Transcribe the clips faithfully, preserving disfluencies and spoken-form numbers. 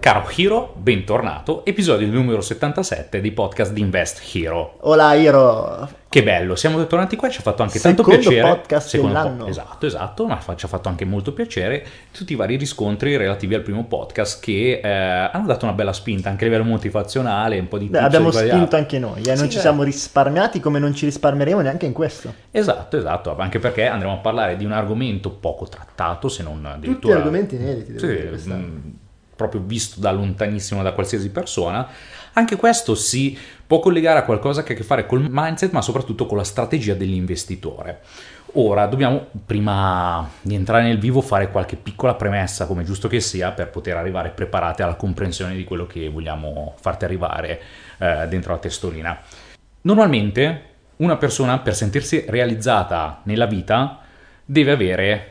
Caro Hiro, bentornato, episodio numero settantasette di podcast di Invest Hero. Hola Hiro! Che bello, siamo tornati qua, ci ha fatto anche Secondo tanto piacere. podcast Secondo dell'anno. Po- esatto, esatto, ma fa- ci ha fatto anche molto piacere tutti i vari riscontri relativi al primo podcast che eh, hanno dato una bella spinta anche a livello motivazionale, un po' di Beh, tips abbiamo di qualità. spinto anche noi, eh, non Sì, ci beh. siamo risparmiati come non ci risparmieremo neanche in questo. Esatto, esatto, anche perché andremo a parlare di un argomento poco trattato, se non addirittura... Tutti argomenti inediti, devo Sì, dire, quest'anno. mh, proprio visto da lontanissimo da qualsiasi persona. Anche questo si può collegare a qualcosa che ha a che fare col mindset, ma soprattutto con la strategia dell'investitore. Ora dobbiamo, prima di entrare nel vivo, fare qualche piccola premessa, come giusto che sia, per poter arrivare preparati alla comprensione di quello che vogliamo farti arrivare eh, dentro la testolina. Normalmente una persona, per sentirsi realizzata nella vita, deve avere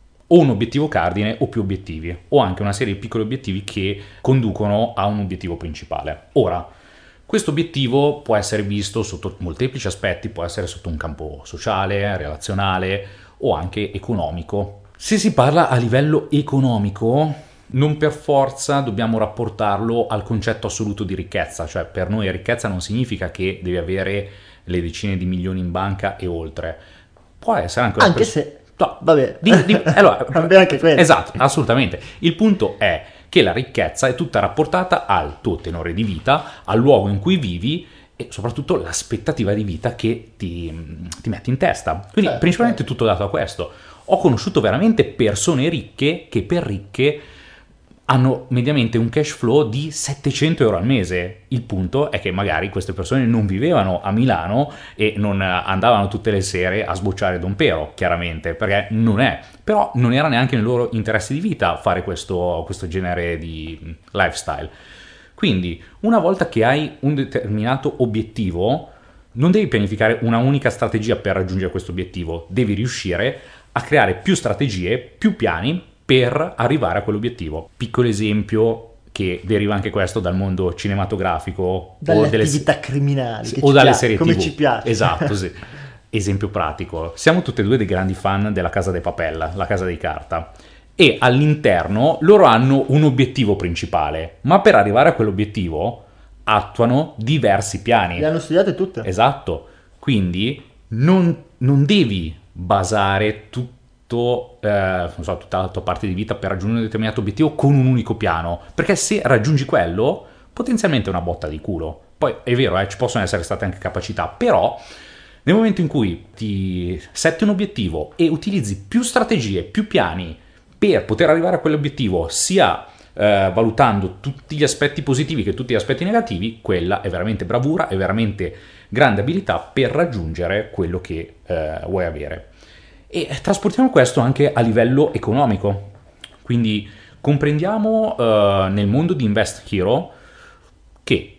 o un obiettivo cardine o più obiettivi, o anche una serie di piccoli obiettivi che conducono a un obiettivo principale. Ora, questo obiettivo può essere visto sotto molteplici aspetti, può essere sotto un campo sociale, relazionale o anche economico. Se si parla a livello economico, non per forza dobbiamo rapportarlo al concetto assoluto di ricchezza, cioè per noi ricchezza non significa che devi avere le decine di milioni in banca e oltre. Può essere anche una Anche pers- se... No, Vabbè, di- di- allora, cambia anche quello. Esatto, assolutamente. Il punto è che la ricchezza è tutta rapportata al tuo tenore di vita, al luogo in cui vivi e soprattutto l'aspettativa di vita che ti, ti metti in testa. Quindi Certo, principalmente certo. tutto dato a questo. Ho conosciuto veramente persone ricche che per ricche hanno mediamente un cash flow di settecento euro al mese. Il punto è che magari queste persone non vivevano a Milano e non andavano tutte le sere a sbocciare Don Pero, chiaramente, perché non è. Però non era neanche nei loro interessi di vita fare questo, questo genere di lifestyle. Quindi, una volta che hai un determinato obiettivo, non devi pianificare una unica strategia per raggiungere questo obiettivo, devi riuscire a creare più strategie, più piani per arrivare a quell'obiettivo. Piccolo esempio che deriva anche questo dal mondo cinematografico Dalle o delle attività criminali, che o ci dalle piace, serie come tivù. ci piace. Esatto, sì. Esempio pratico. Siamo tutti e due dei grandi fan della Casa de Papel, la casa di carta. E all'interno loro hanno un obiettivo principale, ma per arrivare a quell'obiettivo attuano diversi piani. Le hanno studiate tutte. Esatto, quindi non, non devi basare tutto, eh, non so, tutta la tua parte di vita per raggiungere un determinato obiettivo con un unico piano, perché se raggiungi quello, potenzialmente è una botta di culo. Poi è vero, eh, ci possono essere state anche capacità, però nel momento in cui ti setti un obiettivo e utilizzi più strategie, più piani per poter arrivare a quell'obiettivo, sia eh, valutando tutti gli aspetti positivi che tutti gli aspetti negativi, quella è veramente bravura, è veramente grande abilità per raggiungere quello che eh, vuoi avere. E trasportiamo questo anche a livello economico. Quindi comprendiamo eh, nel mondo di Invest Hero che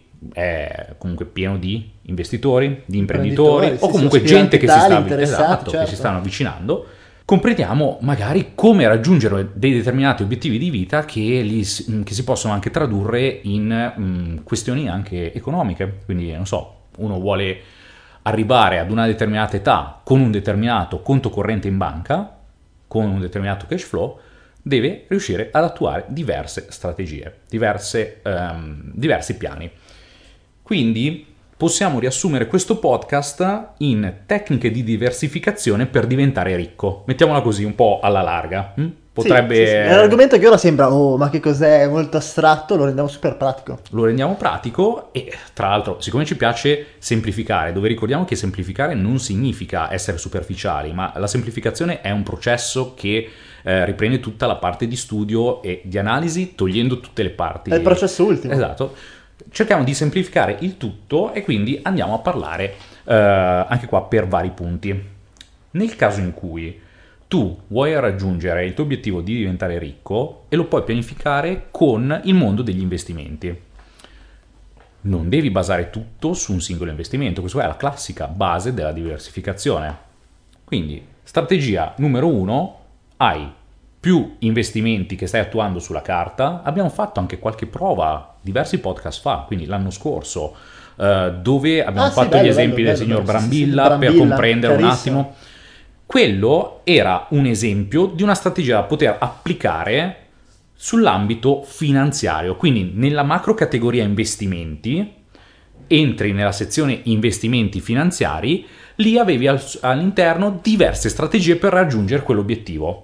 è comunque pieno di investitori, di imprenditori, Imprenditori, o sì, comunque sì, gente che si, capitali sta, interessati, esatto, certo. che si stanno avvicinando. Comprendiamo magari come raggiungere dei determinati obiettivi di vita che, li, che si possono anche tradurre in mh, questioni anche economiche. Quindi, non so, uno vuole arrivare ad una determinata età con un determinato conto corrente in banca, con un determinato cash flow, deve riuscire ad attuare diverse strategie, diverse, um, diversi piani. Quindi possiamo riassumere questo podcast in tecniche di diversificazione per diventare ricco. Mettiamola così, un po' alla larga. hm? Potrebbe... Sì, sì, sì. È un argomento che ora sembra, oh, ma che cos'è, molto astratto, lo rendiamo super pratico. Lo rendiamo pratico e tra l'altro, siccome ci piace semplificare, dove ricordiamo che semplificare non significa essere superficiali, ma la semplificazione è un processo che eh, riprende tutta la parte di studio e di analisi, togliendo tutte le parti. È il processo ultimo. Esatto. Cerchiamo di semplificare il tutto e quindi andiamo a parlare eh, anche qua per vari punti. Nel caso in cui tu vuoi raggiungere il tuo obiettivo di diventare ricco e lo puoi pianificare con il mondo degli investimenti. Non devi basare tutto su un singolo investimento, questa è la classica base della diversificazione. Quindi, strategia numero uno, hai più investimenti che stai attuando sulla carta. Abbiamo fatto anche qualche prova diversi podcast fa, quindi l'anno scorso, eh, dove abbiamo Ah, sì, fatto bello, gli esempi bello, del bello, signor bello, sì, sì, Brambilla, sì, per Brambilla, comprendere un chiarissimo. attimo. Quello era un esempio di una strategia da poter applicare sull'ambito finanziario, quindi nella macro categoria investimenti, entri nella sezione investimenti finanziari, lì avevi al, all'interno diverse strategie per raggiungere quell'obiettivo.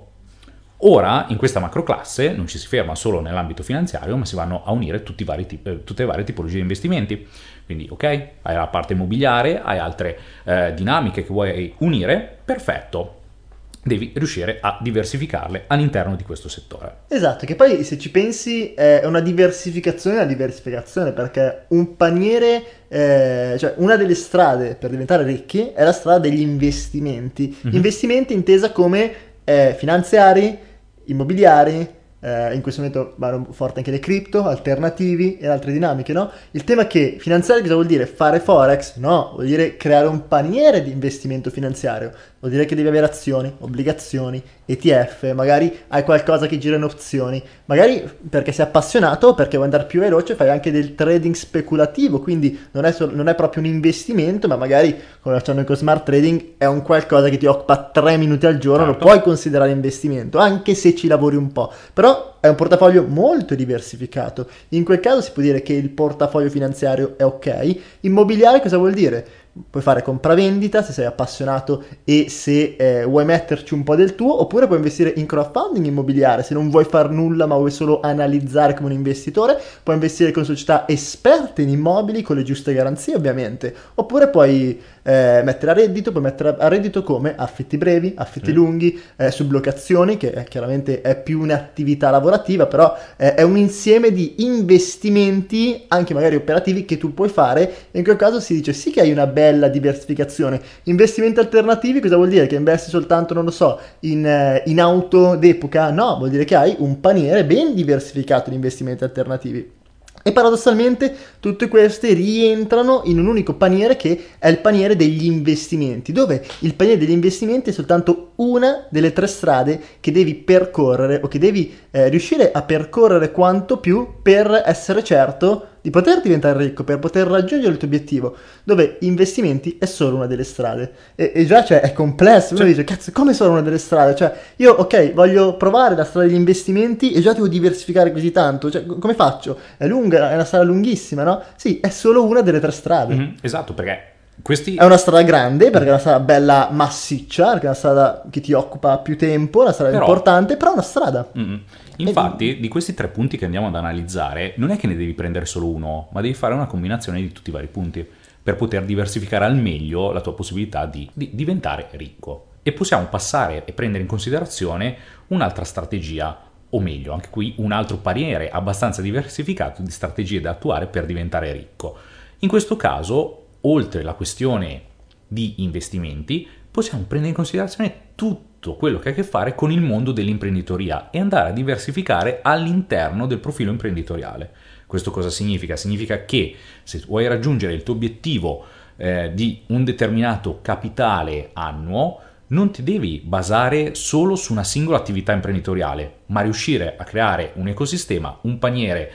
Ora, in questa macroclasse, non ci si ferma solo nell'ambito finanziario, ma si vanno a unire tutti i vari, tutte le varie tipologie di investimenti. Quindi, ok, hai la parte immobiliare, hai altre eh, dinamiche che vuoi unire, perfetto. Devi riuscire a diversificarle all'interno di questo settore. Esatto, che poi se ci pensi è una diversificazione, una diversificazione, perché un paniere, eh, cioè una delle strade per diventare ricchi è la strada degli investimenti. Mm-hmm. Investimenti intesa come eh, finanziari, immobiliari, eh, in questo momento vanno forte anche le cripto, alternativi e altre dinamiche, no? Il tema è che finanziari cosa vuol dire? Fare forex? No, vuol dire creare un paniere di investimento finanziario. Vuol dire che devi avere azioni, obbligazioni, E T F, magari hai qualcosa che gira in opzioni, magari perché sei appassionato o perché vuoi andare più veloce fai anche del trading speculativo, quindi non è, sol- non è proprio un investimento, ma magari, come facciamo con smart trading, è un qualcosa che ti occupa tre minuti al giorno, certo. Lo puoi considerare investimento, anche se ci lavori un po', però è un portafoglio molto diversificato. In quel caso si può dire che il portafoglio finanziario è ok. Immobiliare cosa vuol dire? Puoi fare compravendita se sei appassionato e se eh, vuoi metterci un po' del tuo, oppure puoi investire in crowdfunding immobiliare se non vuoi far nulla ma vuoi solo analizzare come un investitore. Puoi investire con società esperte in immobili con le giuste garanzie ovviamente, oppure puoi eh, mettere a reddito, puoi mettere a reddito come affitti brevi, affitti mm. lunghi, eh, sublocazioni, che è, chiaramente è più un'attività lavorativa, però eh, è un insieme di investimenti anche magari operativi che tu puoi fare, e in quel caso si dice sì che hai una bella bella diversificazione. Investimenti alternativi cosa vuol dire? Che investi soltanto, non lo so, in, eh, in auto d'epoca? No, vuol dire che hai un paniere ben diversificato di investimenti alternativi. E paradossalmente tutte queste rientrano in un unico paniere che è il paniere degli investimenti, dove il paniere degli investimenti è soltanto una delle tre strade che devi percorrere o che devi eh, riuscire a percorrere quanto più per essere certo di poter diventare ricco, per poter raggiungere il tuo obiettivo, dove investimenti è solo una delle strade. E, e già cioè, è complesso, uno cioè, dice, cazzo, come solo una delle strade? Cioè, io, ok, voglio provare la strada degli investimenti e già devo diversificare così tanto, cioè, come faccio? È lunga, è una strada lunghissima, no? Sì, è solo una delle tre strade. Mm-hmm, esatto, perché questi... È una strada grande, perché è una strada bella massiccia, perché è una strada che ti occupa più tempo, una strada però... importante, però è una strada. Mm-hmm. Infatti, di questi tre punti che andiamo ad analizzare, non è che ne devi prendere solo uno, ma devi fare una combinazione di tutti i vari punti per poter diversificare al meglio la tua possibilità di, di diventare ricco. E possiamo passare e prendere in considerazione un'altra strategia, o meglio, anche qui un altro paniere abbastanza diversificato di strategie da attuare per diventare ricco. In questo caso, oltre la questione di investimenti, possiamo prendere in considerazione tutto quello che ha a che fare con il mondo dell'imprenditoria e andare a diversificare all'interno del profilo imprenditoriale. Questo cosa significa? Significa che se vuoi raggiungere il tuo obiettivo eh, di un determinato capitale annuo, non ti devi basare solo su una singola attività imprenditoriale, ma riuscire a creare un ecosistema, un paniere,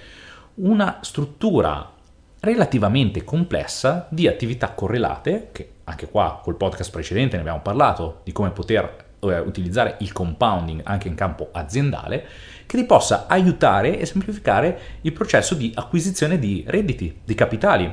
una struttura relativamente complessa di attività correlate, che anche qua col podcast precedente ne abbiamo parlato, di come poter eh, utilizzare il compounding anche in campo aziendale, che ti possa aiutare e semplificare il processo di acquisizione di redditi, di capitali.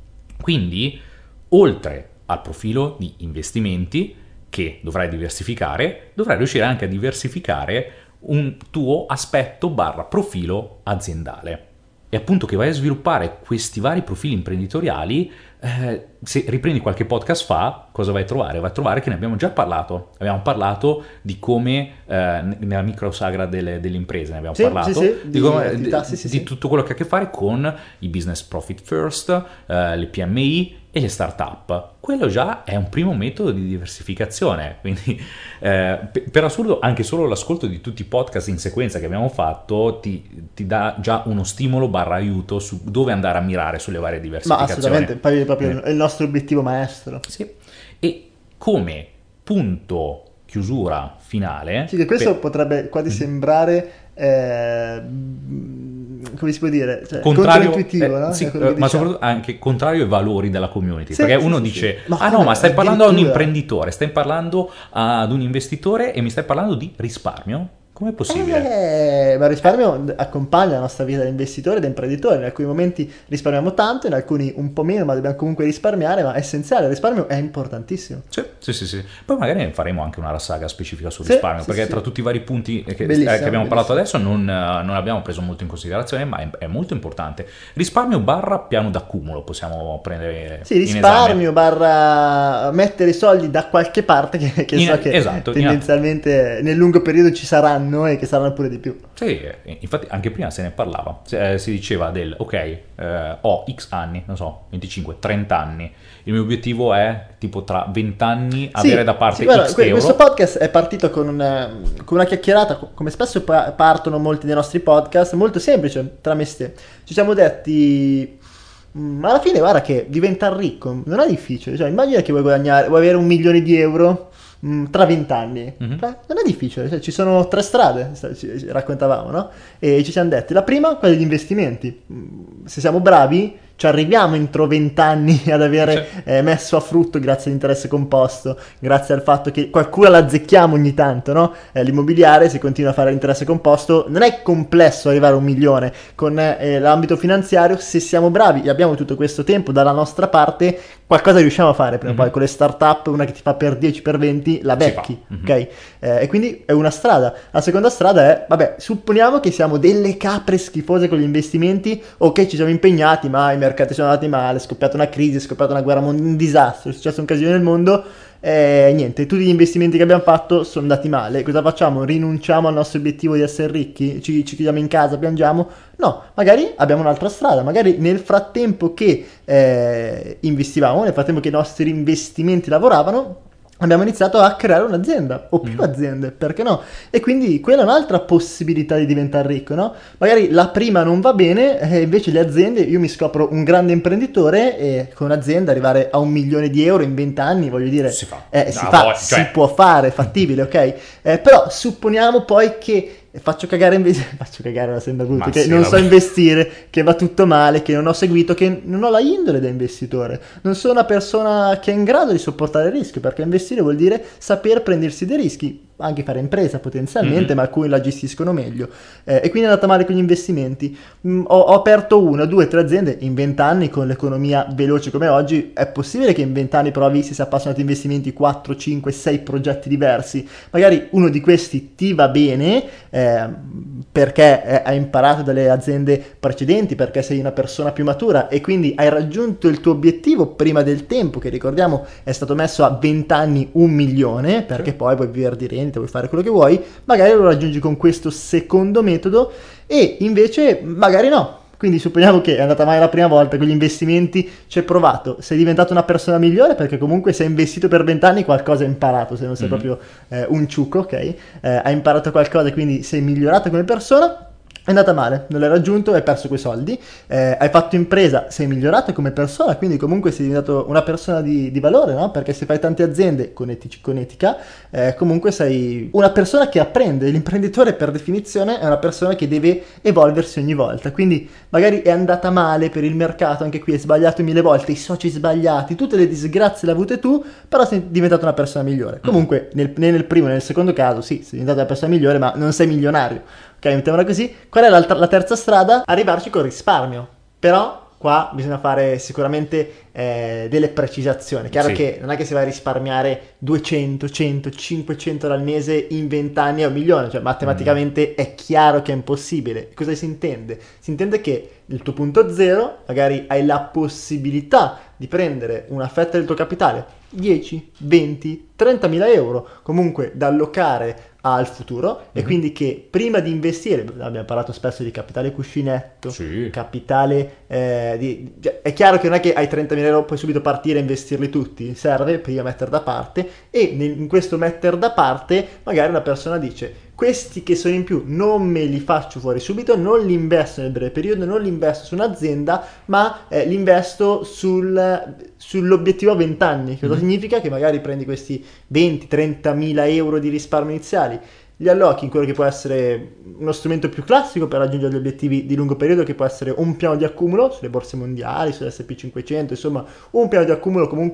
Quindi, oltre al profilo di investimenti che dovrai diversificare, dovrai riuscire anche a diversificare un tuo aspetto barra profilo aziendale. E appunto che vai a sviluppare questi vari profili imprenditoriali, eh, se riprendi qualche podcast fa, cosa vai a trovare? Vai a trovare che ne abbiamo già parlato. Abbiamo parlato di come, eh, nella microsagra delle, delle imprese, ne abbiamo sì, parlato, sì, sì, di, di, come, di, di, sì, sì, di sì. tutto quello che ha a che fare con i business profit first, eh, le P M I e le start-up. Quello già è un primo metodo di diversificazione, quindi eh, per assurdo anche solo l'ascolto di tutti i podcast in sequenza che abbiamo fatto ti, ti dà già uno stimolo barra aiuto su dove andare a mirare sulle varie diversificazioni. Ma assolutamente, poi è proprio eh. il nostro obiettivo maestro. Sì, e come punto chiusura finale... Sì, che questo per... potrebbe quasi mm. sembrare... Eh, come si può dire, cioè, contrario, controintuitivo, eh, no? sì, ma diciamo. Soprattutto anche contrario ai valori della community, sì, perché sì, uno sì, dice sì. Ma ah no, ma stai parlando ad un addirittura. imprenditore, stai parlando ad un investitore e mi stai parlando di risparmio? Com'è possibile? Eh, ma il risparmio accompagna la nostra vita da investitore e da imprenditore. In alcuni momenti risparmiamo tanto, in alcuni un po' meno, ma dobbiamo comunque risparmiare, ma è essenziale. Il risparmio è importantissimo. Sì, sì, sì, sì. Poi magari faremo anche una rassaga specifica sul Sì, risparmio, sì, perché sì. tra tutti i vari punti che, eh, Bellissimo, che abbiamo parlato bellissimo. adesso non, eh, non abbiamo preso molto in considerazione, ma è, è molto importante. Risparmio barra piano d'accumulo possiamo prendere Sì, in esame. risparmio barra mettere i soldi da qualche parte che, che In- so che esatto, in- tendenzialmente nel lungo periodo ci saranno e che saranno pure di più. Sì, eh, infatti anche prima se ne parlava, Se- eh, si diceva del ok, eh, ho X anni, non so, venticinque, trenta anni, il mio obiettivo è tipo tra venti anni avere Sì, da parte sì, guarda, X que- euro. questo podcast è partito con, un- con una chiacchierata, co- come spesso pa- partono molti dei nostri podcast, molto semplice tra me e te. Ci siamo detti, "Mm, alla fine guarda che diventare ricco non è difficile, cioè immagina che vuoi guadagnare, vuoi avere un milione di euro mm, tra vent'anni, Mhm. Beh, non è difficile, cioè, ci sono tre strade, sta- ci, ci raccontavamo, no? E ci siamo detti, la prima, quella degli investimenti. Mm, se siamo bravi, ci arriviamo entro vent'anni ad avere Sì. eh, messo a frutto grazie all'interesse composto, grazie al fatto che qualcuno la azzecchiamo ogni tanto, no? Eh, l'immobiliare, se continua a fare l'interesse composto, non è complesso arrivare a un milione. Con eh, l'ambito finanziario, se siamo bravi e abbiamo tutto questo tempo dalla nostra parte, qualcosa riusciamo a fare. Prima o Mhm. poi con le start-up, una che ti fa per dieci, per venti, la Si becchi, fa. Mhm. ok? Eh, e quindi è una strada. La seconda strada è, vabbè, supponiamo che siamo delle capre schifose con gli investimenti, ok, ci siamo impegnati, ma i mercati sono andati male, è scoppiata una crisi, è scoppiata una guerra mondiale, un disastro, è successo un casino nel mondo, e niente, tutti gli investimenti che abbiamo fatto sono andati male. Cosa facciamo? Rinunciamo al nostro obiettivo di essere ricchi? Ci, ci chiudiamo in casa, piangiamo? No, magari abbiamo un'altra strada, magari nel frattempo che eh, investivamo, nel frattempo che i nostri investimenti lavoravano, abbiamo iniziato a creare un'azienda o più Mm. aziende, perché no? E quindi quella è un'altra possibilità di diventare ricco, no? Magari la prima non va bene, e invece le aziende, io mi scopro un grande imprenditore e con un'azienda arrivare a un milione di euro in venti anni, voglio dire, Si fa. eh, si Ah, fa, poi, si cioè- può fare, è fattibile, ok? Eh, però supponiamo poi che faccio cagare invece, faccio cagare, la sembra brutto, Ma che sì, non so vabbè. investire, che va tutto male, che non ho seguito, che non ho la indole da investitore, non sono una persona che è in grado di sopportare il rischio, perché investire vuol dire saper prendersi dei rischi, anche fare impresa potenzialmente, Mhm. ma alcuni la gestiscono meglio. Eh, e quindi è andata male con gli investimenti. Mm, ho, ho aperto una, due, tre aziende in vent'anni con l'economia veloce come oggi. È possibile che in vent'anni provi, se sei appassionato di investimenti, quattro, cinque, sei progetti diversi. Magari uno di questi ti va bene eh, perché eh, hai imparato dalle aziende precedenti, perché sei una persona più matura e quindi hai raggiunto il tuo obiettivo prima del tempo, che ricordiamo è stato messo a vent'anni un milione, perché Sì. poi puoi vivere di rendita, puoi fare quello che vuoi, magari lo raggiungi con questo secondo metodo e invece magari no. Quindi supponiamo che è andata male la prima volta con gli investimenti, ci hai provato, sei diventato una persona migliore perché comunque se hai investito per vent'anni qualcosa hai imparato, se non sei Mhm. proprio eh, un ciucco, ok? Eh, hai imparato qualcosa e quindi sei migliorato come persona. È andata male, non l'hai raggiunto, hai perso quei soldi, eh, hai fatto impresa, sei migliorato come persona, quindi comunque sei diventato una persona di, di valore, no? Perché se fai tante aziende con, etici, con etica, eh, comunque sei una persona che apprende. L'imprenditore per definizione è una persona che deve evolversi ogni volta, quindi magari è andata male per il mercato, anche qui hai sbagliato mille volte, i soci sbagliati, tutte le disgrazie le hai avute tu, però sei diventato una persona migliore. Comunque nel, né nel primo né nel secondo caso sì, sei diventato una persona migliore, ma non sei milionario. Ok, mettiamola così. Qual è l'altra- la terza strada? Arrivarci col risparmio. Però qua bisogna fare sicuramente eh, delle precisazioni. Chiaro Sì. che non è che si va a risparmiare duecento, cento, cinquecento euro al mese in venti anni a un milione, cioè matematicamente è chiaro che è impossibile. Cosa si intende? Si intende che il tuo punto zero, magari hai la possibilità di prendere una fetta del tuo capitale, dieci, venti, trentamila euro, comunque da allocare al futuro, e Mhm. quindi che prima di investire, abbiamo parlato spesso di capitale cuscinetto, Sì. capitale eh, di, cioè, è chiaro che non è che hai trentamila euro puoi subito partire e investirli tutti, serve prima mettere da parte, e nel- in questo mettere da parte magari una persona dice questi che sono in più non me li faccio fuori subito, non li investo nel breve periodo, non li investo su un'azienda, ma eh, li investo sul, sull'obiettivo a venti anni. Cosa Mhm. significa? Che magari prendi questi venti trenta mila euro di risparmio iniziali, li allochi in quello che può essere uno strumento più classico per raggiungere gli obiettivi di lungo periodo, che può essere un piano di accumulo sulle borse mondiali, sull'esse and pi cinquecento, insomma un piano di accumulo comunque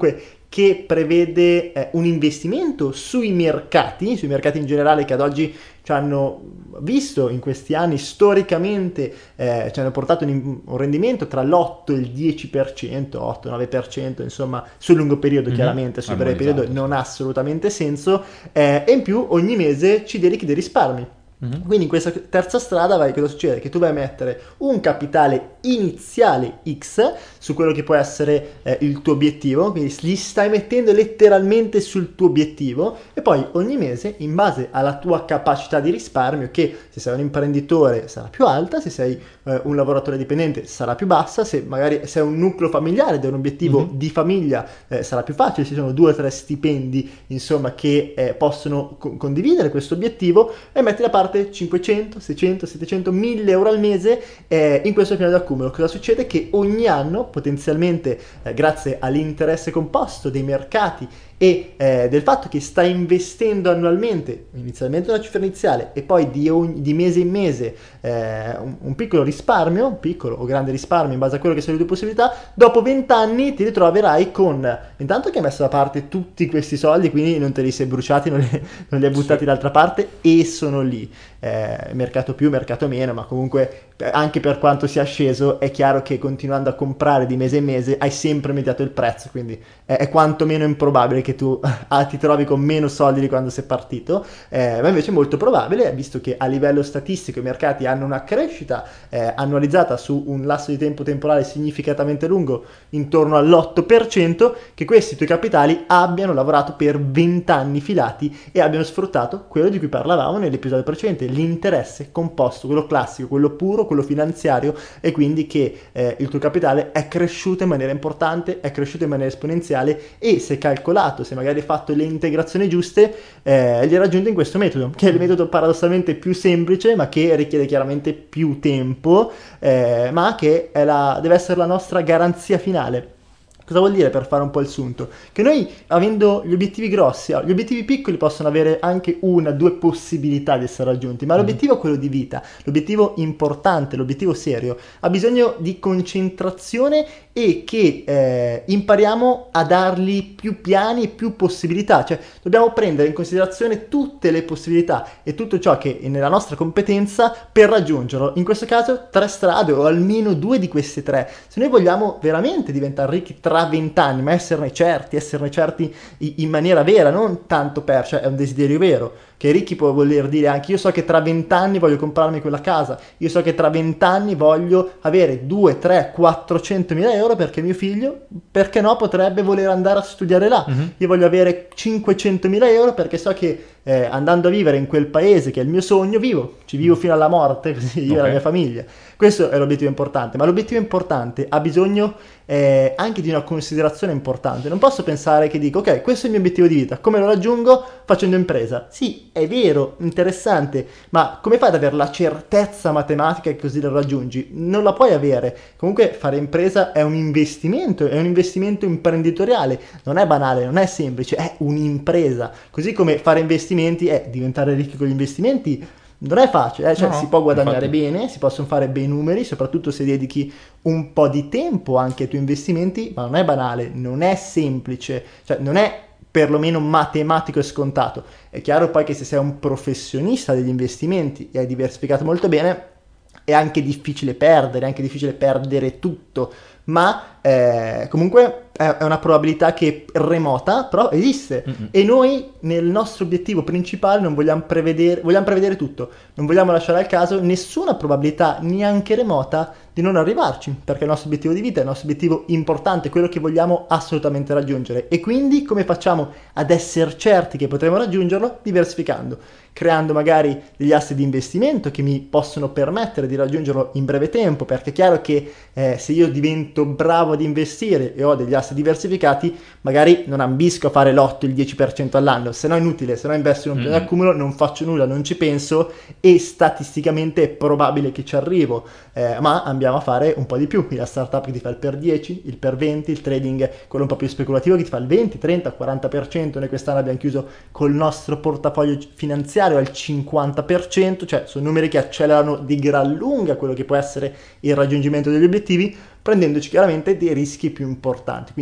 che prevede eh, un investimento sui mercati, sui mercati in generale che ad oggi ci hanno visto in questi anni storicamente, eh, ci hanno portato un, un rendimento tra l'otto e il dieci per cento, otto nove per cento, insomma, sul lungo periodo, mm-hmm. chiaramente, sul breve periodo non ha assolutamente senso, eh, e in più ogni mese ci dedichi dei risparmi. Mm-hmm. Quindi in questa terza strada vai, cosa succede? Che tu vai a mettere un capitale iniziale X su quello che può essere eh, il tuo obiettivo, quindi gli stai mettendo letteralmente sul tuo obiettivo, e poi ogni mese, in base alla tua capacità di risparmio, che se sei un imprenditore sarà più alta, se sei eh, un lavoratore dipendente sarà più bassa, se magari sei un nucleo familiare ed è un obiettivo mm-hmm. di famiglia eh, sarà più facile, ci sono due o tre stipendi insomma che eh, possono co- condividere questo obiettivo, e metti da parte cinquecento, seicento, settecento, mille euro al mese eh, in questo piano di accumulo. Cosa succede? Che ogni anno potenzialmente eh, grazie all'interesse composto dei mercati e eh, del fatto che stai investendo annualmente, inizialmente una cifra iniziale e poi di, ogni, di mese in mese eh, un, un piccolo risparmio, un piccolo o grande risparmio in base a quello che sono le tue possibilità, dopo venti anni ti ritroverai con, intanto che hai messo da parte tutti questi soldi, quindi non te li sei bruciati, non li, non li hai buttati sì. dall'altra parte, e sono lì. Eh, mercato più, mercato meno, ma comunque anche per quanto sia sceso è chiaro che continuando a comprare di mese in mese hai sempre mediato il prezzo, quindi è, è quantomeno improbabile che tu ah, ti trovi con meno soldi di quando sei partito, eh, ma invece è molto probabile, visto che a livello statistico i mercati hanno una crescita eh, annualizzata su un lasso di tempo temporale significativamente lungo intorno all'otto per cento, che questi tuoi capitali abbiano lavorato per venti anni filati e abbiano sfruttato quello di cui parlavamo nell'episodio precedente, l'interesse composto, quello classico, quello puro, quello finanziario, e quindi che eh, il tuo capitale è cresciuto in maniera importante, è cresciuto in maniera esponenziale, e se calcolato, se magari hai fatto le integrazioni giuste, eh, li hai raggiunti in questo metodo, che è il metodo paradossalmente più semplice, ma che richiede chiaramente più tempo, eh, ma che è la, deve essere la nostra garanzia finale. Cosa vuol dire, per fare un po' il sunto? Che noi, avendo gli obiettivi grossi, gli obiettivi piccoli possono avere anche una, due possibilità di essere raggiunti, ma l'obiettivo è quello di vita, l'obiettivo importante, l'obiettivo serio, ha bisogno di concentrazione e che eh, impariamo a dargli più piani e più possibilità, cioè dobbiamo prendere in considerazione tutte le possibilità e tutto ciò che è nella nostra competenza per raggiungerlo. In questo caso tre strade, o almeno due di queste tre. Se noi vogliamo veramente diventare ricchi tra vent'anni, ma esserne certi, esserne certi in maniera vera, non tanto per, cioè è un desiderio vero, che ricchi può voler dire anche io so che tra vent'anni voglio comprarmi quella casa, io so che tra vent'anni voglio avere due, tre, quattrocentomila euro perché mio figlio, perché no, potrebbe voler andare a studiare là, uh-huh. io voglio avere cinquecentomila euro perché so che eh, andando a vivere in quel paese che è il mio sogno, vivo, ci vivo fino alla morte, così io okay. e la mia famiglia. Questo è l'obiettivo importante, ma l'obiettivo importante ha bisogno eh, anche di una considerazione importante. Non posso pensare che dico, ok, questo è il mio obiettivo di vita, come lo raggiungo? Facendo impresa. Sì, è vero, interessante, ma come fai ad avere la certezza matematica che così lo raggiungi? Non la puoi avere. Comunque fare impresa è un investimento, è un investimento imprenditoriale, non è banale, non è semplice, è un'impresa. Così come fare investimenti è diventare ricchi con gli investimenti. Non è facile, eh? Cioè, no, si può guadagnare infatti. bene, si possono fare bei numeri, soprattutto se dedichi un po' di tempo anche ai tuoi investimenti, ma non è banale, non è semplice, cioè non è perlomeno matematico e scontato. È chiaro poi che se sei un professionista degli investimenti e hai diversificato molto bene, è anche difficile perdere, è anche difficile perdere tutto, ma eh, comunque è una probabilità che remota, però esiste. Mm-hmm. E noi nel nostro obiettivo principale non vogliamo prevedere, vogliamo prevedere tutto, non vogliamo lasciare al caso nessuna probabilità, neanche remota, di non arrivarci, perché il nostro obiettivo di vita è il nostro obiettivo importante, quello che vogliamo assolutamente raggiungere. E quindi come facciamo ad essere certi che potremo raggiungerlo? Diversificando, creando magari degli asset di investimento che mi possono permettere di raggiungerlo in breve tempo, perché è chiaro che eh, se io divento bravo ad investire e ho degli asset diversificati, magari non ambisco a fare l'otto, il dieci per cento all'anno, se no è inutile, se no investo in un piano di accumulo, non faccio nulla, non ci penso e statisticamente è probabile che ci arrivo, eh, ma andiamo a fare un po' di più, la startup che ti fa il per dieci, il per venti, il trading quello un po' più speculativo che ti fa il venti, trenta, quaranta per cento, noi quest'anno abbiamo chiuso col nostro portafoglio finanziario al cinquanta per cento, cioè sono numeri che accelerano di gran lunga quello che può essere il raggiungimento degli obiettivi, prendendoci chiaramente dei rischi più importanti. Quindi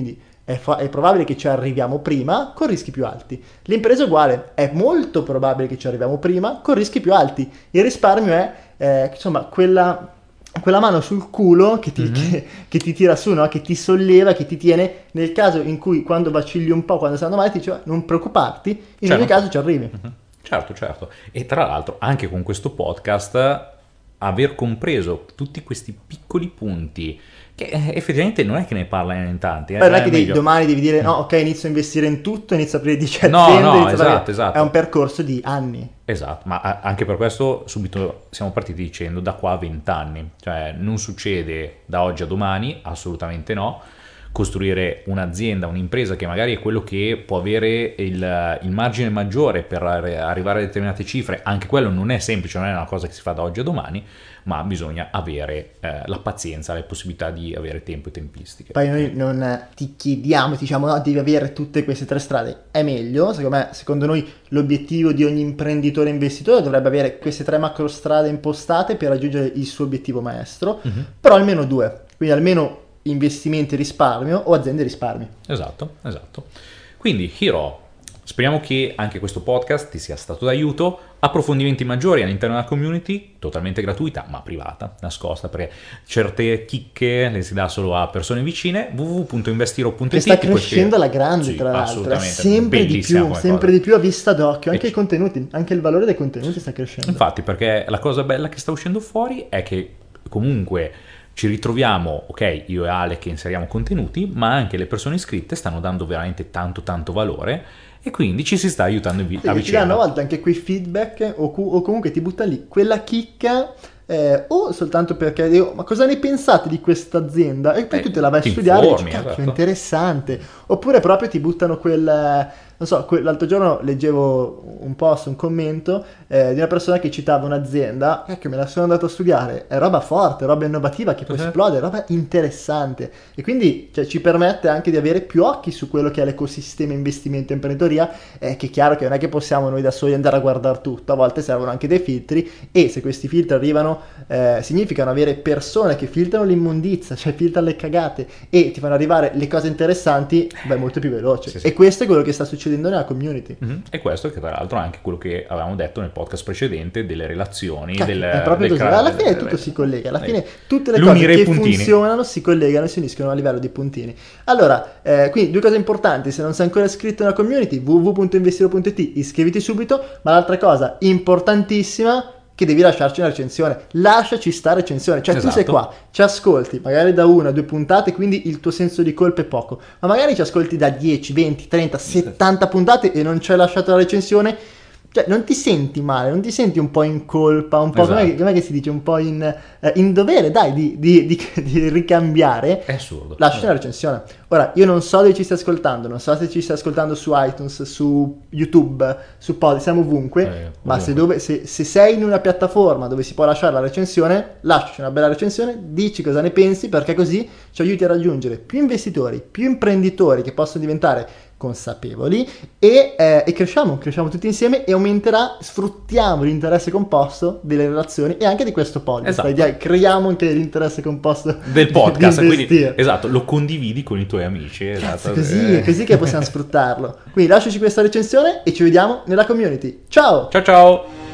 è, fa- è probabile che ci arriviamo prima con rischi più alti. L'impresa è uguale, è molto probabile che ci arriviamo prima con rischi più alti. Il risparmio è, eh, insomma, quella... quella mano sul culo che ti, mm-hmm. che, che ti tira su, no? Che ti solleva, che ti tiene nel caso in cui quando vacilli un po', quando stanno male, ti dice non preoccuparti, in certo. ogni caso ci arrivi. Mm-hmm. Certo, certo. E tra l'altro anche con questo podcast aver compreso tutti questi piccoli punti che effettivamente non è che ne parla in tanti. Eh? Beh, non è che devi, domani devi dire no, ok, inizio a investire in tutto, inizio a aprire dieci no, aziende. No, esatto, esatto. È un percorso di anni. Esatto, ma anche per questo subito siamo partiti dicendo da qua a vent'anni. Cioè non succede da oggi a domani, assolutamente no. Costruire un'azienda, un'impresa che magari è quello che può avere il, il margine maggiore per arrivare a determinate cifre, anche quello non è semplice, non è una cosa che si fa da oggi a domani, ma bisogna avere eh, la pazienza, le possibilità di avere tempo e tempistiche. Poi noi non ti chiediamo, ti diciamo no, devi avere tutte queste tre strade, è meglio, secondo me, secondo noi l'obiettivo di ogni imprenditore e investitore dovrebbe avere queste tre macro strade impostate per raggiungere il suo obiettivo maestro, mm-hmm. però almeno due, quindi almeno investimenti risparmio o aziende risparmio. Esatto, esatto. Quindi Hiro, speriamo che anche questo podcast ti sia stato d'aiuto. Approfondimenti maggiori all'interno della community, totalmente gratuita ma privata, nascosta, perché certe chicche le si dà solo a persone vicine. w w w punto investiro punto it che sta crescendo alla grande, sì, tra l'altro, sempre di più, sempre di più a vista d'occhio, anche e i contenuti, anche il valore dei contenuti sta crescendo. Infatti, perché la cosa bella che sta uscendo fuori è che comunque ci ritroviamo, ok, io e Ale che inseriamo contenuti, ma anche le persone iscritte stanno dando veramente tanto tanto valore e quindi ci si sta aiutando a vicenda. Ci danno a volte anche quei feedback o, cu- o comunque ti butta lì quella chicca eh, o soltanto perché dico ma cosa ne pensate di questa azienda? E poi eh, tu te la vai a studiare informi, e dici cacchio, esatto. Interessante. Oppure proprio ti buttano quel... Non so, l'altro giorno leggevo un post, un commento eh, di una persona che citava un'azienda che me la sono andato a studiare, è roba forte, roba innovativa che può uh-huh. esplodere, roba interessante e quindi cioè, ci permette anche di avere più occhi su quello che è l'ecosistema investimento e imprenditoria, eh, che è chiaro che non è che possiamo noi da soli andare a guardare tutto, a volte servono anche dei filtri e se questi filtri arrivano eh, significano avere persone che filtrano l'immondizia, cioè filtrano le cagate e ti fanno arrivare le cose interessanti, beh molto più veloce sì, sì. E questo è quello che sta succedendo nella community. Mm-hmm. E questo che tra l'altro è anche quello che avevamo detto nel podcast precedente delle relazioni. Cazzo, del, è proprio del così. Alla fine del, tutto del, si collega, alla eh, fine tutte le cose che puntini. funzionano si collegano e si uniscono a livello di puntini. Allora, eh, quindi due cose importanti, se non sei ancora iscritto nella community, w w w punto investiro punto it, iscriviti subito, ma l'altra cosa importantissima che devi lasciarci una recensione, lasciaci sta recensione, cioè esatto. Tu sei qua, ci ascolti magari da una, due puntate, quindi il tuo senso di colpa è poco, ma magari ci ascolti da dieci, venti, trenta, settanta puntate e non ci hai lasciato la recensione, cioè non ti senti male, non ti senti un po' in colpa, un po' esatto. com'è, com'è che si dice, un po' in, eh, in dovere, dai, di, di, di, di ricambiare, è assurdo. Lascia una recensione. Ora, io non so dove ci stai ascoltando, non so se ci stai ascoltando su iTunes, su YouTube, su Pod, siamo ovunque, eh, ovunque. Ma se, dove, se, se sei in una piattaforma dove si può lasciare la recensione, lasciaci una bella recensione, dici cosa ne pensi, perché così ci aiuti a raggiungere più investitori, più imprenditori che possono diventare consapevoli e, eh, e cresciamo, cresciamo tutti insieme e aumenterà, sfruttiamo l'interesse composto delle relazioni e anche di questo podcast, esatto. Creiamo anche l'interesse composto del podcast, di quindi esatto, lo condividi con i tuoi amici, esatto. Così, così che possiamo sfruttarlo. Quindi lasciaci questa recensione e ci vediamo nella community. Ciao! Ciao ciao!